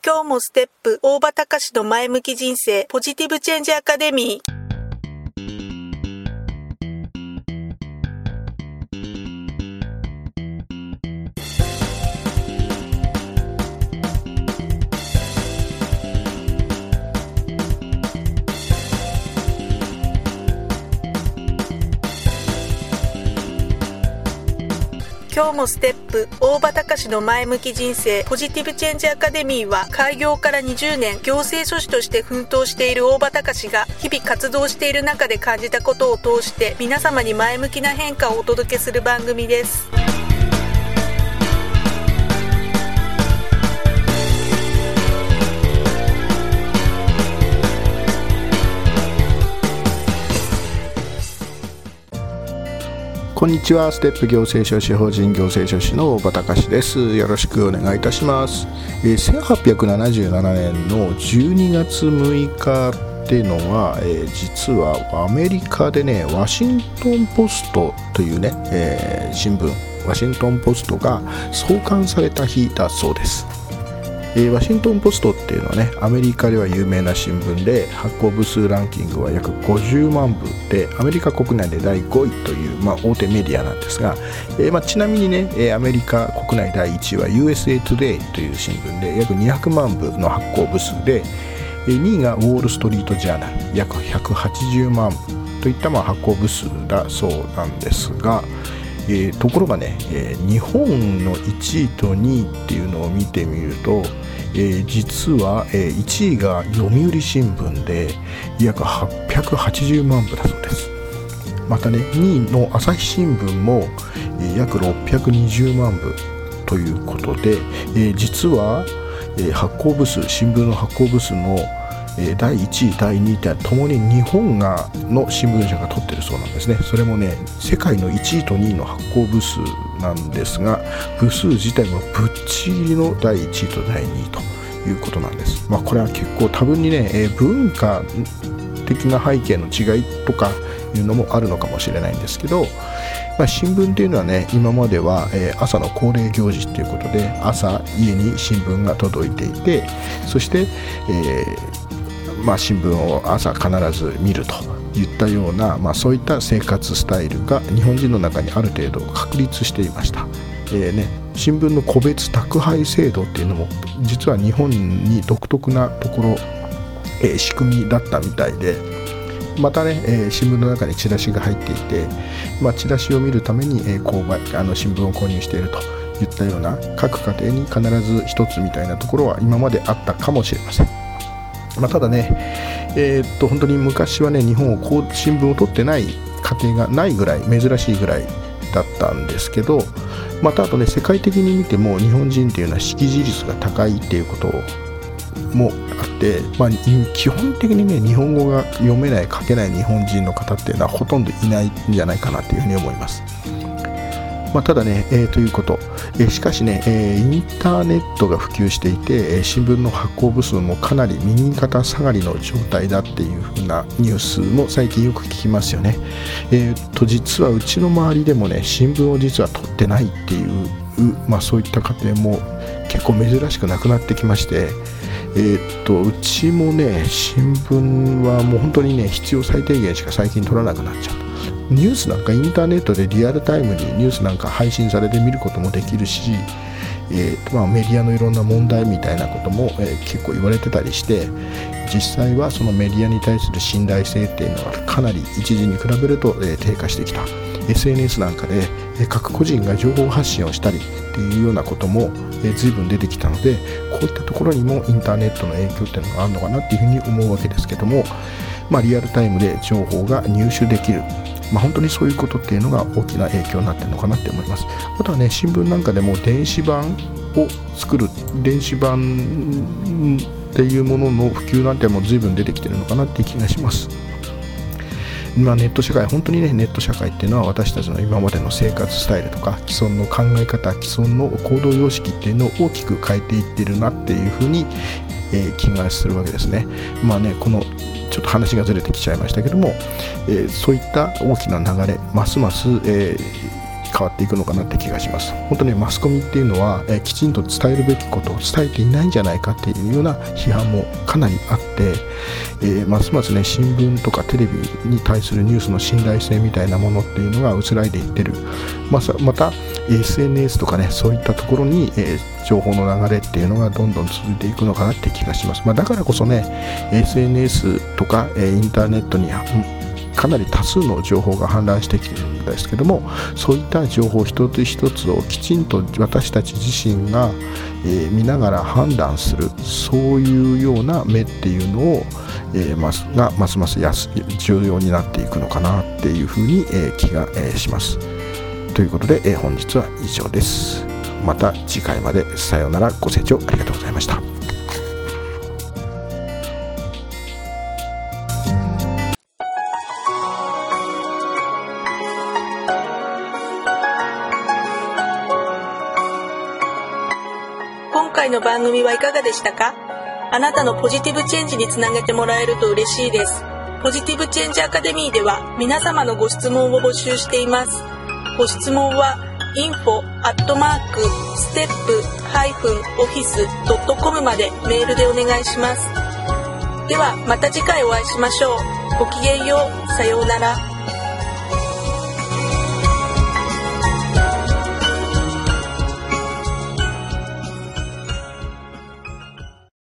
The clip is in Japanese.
今日もステップ大場隆の前向き人生ポジティブチェンジアカデミー。今日もステップ大場隆の前向き人生ポジティブチェンジアカデミーは、開業から20年行政書士として奮闘している大場隆が日々活動している中で感じたことを通して皆様に前向きな変化をお届けする番組です。 こんにちは。ステップ行政書士法人行政書士の大場隆です。よろしくお願いいたします。1877年の12月6日っていうのは、実はアメリカでね、ワシントンポストというね、新聞ワシントンポストが創刊された日だそうです。ワシントンポストっていうのはね、アメリカでは有名な新聞で、発行部数ランキングは約50万部で、アメリカ国内で第5位という、大手メディアなんですが、ちなみにね、アメリカ国内第1位は USA Today という新聞で約200万部の発行部数で、2位がウォールストリートジャーナル約180万部といった発行部数だそうなんですが、ところがね、日本の1位と2位っていうのを見てみると、実は、1位が読売新聞で約880万部だそうです。またね、2位の朝日新聞も、約620万部ということで、実は、発行部数、新聞の発行部数の第1位、第2位ってともに日本の新聞社が取ってるそうなんですね。それもね、世界の1位と2位の発行部数なんですが、部数自体もぶっちぎりの第1位と第2位ということなんです。これは結構多分にね、文化的な背景の違いとかいうのもあるのかもしれないんですけど、新聞っていうのはね、今までは、朝の恒例行事ということで、朝家に新聞が届いていて、そして、新聞を朝必ず見るといったような、そういった生活スタイルが日本人の中にある程度確立していました。新聞の個別宅配制度っていうのも実は日本に独特なところ、仕組みだったみたいで、またね、新聞の中にチラシが入っていて、チラシを見るために、購買新聞を購入しているといったような、各家庭に必ず一つみたいなところは今まであったかもしれません。ただね、本当に昔はね、日本を新聞を取ってない家庭がないぐらい珍しいぐらいだったんですけど、またあとね、世界的に見ても日本人っていうのは識字率が高いっていうこともあって、基本的にね、日本語が読めない書けない日本人の方っていうのはほとんどいないんじゃないかなというふうに思います。ただね、ということ、しかしね、インターネットが普及していて、新聞の発行部数もかなり右肩下がりの状態だっていうふうなニュースも最近よく聞きますよね。実はうちの周りでもね、新聞を実は取ってないっていう、そういった家庭も結構珍しくなくなってきまして、うちもね、新聞はもう本当にね、必要最低限しか最近取らなくなっちゃう。ニュースなんかインターネットでリアルタイムにニュースなんか配信されて見ることもできるし、メディアのいろんな問題みたいなことも、結構言われてたりして、実際はそのメディアに対する信頼性っていうのはかなり一時に比べると、低下してきた。 SNS なんかで、各個人が情報発信をしたりっていうようなことも、随分出てきたので、こういったところにもインターネットの影響っていうのがあるのかなっていうふうに思うわけですけども、リアルタイムで情報が入手できる、本当にそういうことっていうのが大きな影響になっているのかなって思います。あとはね、新聞なんかでも電子版を作る、電子版っていうものの普及なんても随分出てきてるのかなっていう気がします。ネット社会、本当にね、ネット社会っていうのは私たちの今までの生活スタイルとか既存の考え方、既存の行動様式っていうのを大きく変えていってるなっていうふうに、気がするわけですね。このちょっと話がずれてきちゃいましたけども、そういった大きな流れ、ますます、変変わっていくのかなって気がします。本当にマスコミっていうのは、きちんと伝えるべきことを伝えていないんじゃないかっていうような批判もかなりあって、ますますね新聞とかテレビに対するニュースの信頼性みたいなものっていうのが薄らいでいってる。また SNS とかねそういったところに、情報の流れっていうのがどんどん続いていくのかなって気がします。だからこそね SNS とか、インターネットにかなり多数の情報が氾濫してきているんですけども、そういった情報一つ一つをきちんと私たち自身が、見ながら判断する、そういうような目っていうのを、ますます重要になっていくのかなっていうふうに、気が、します。ということで、本日は以上です。また次回までさようなら。ご清聴ありがとうございました。 今回の番組はいかがでしたか？あなたのポジティブチェンジにつなげてもらえると嬉しいです。ポジティブチェンジアカデミーでは皆様のご質問を募集しています。ご質問はinfo@step-office.com までメールでお願いします。ではまた次回お会いしましょう。ごきげんよう。さようなら。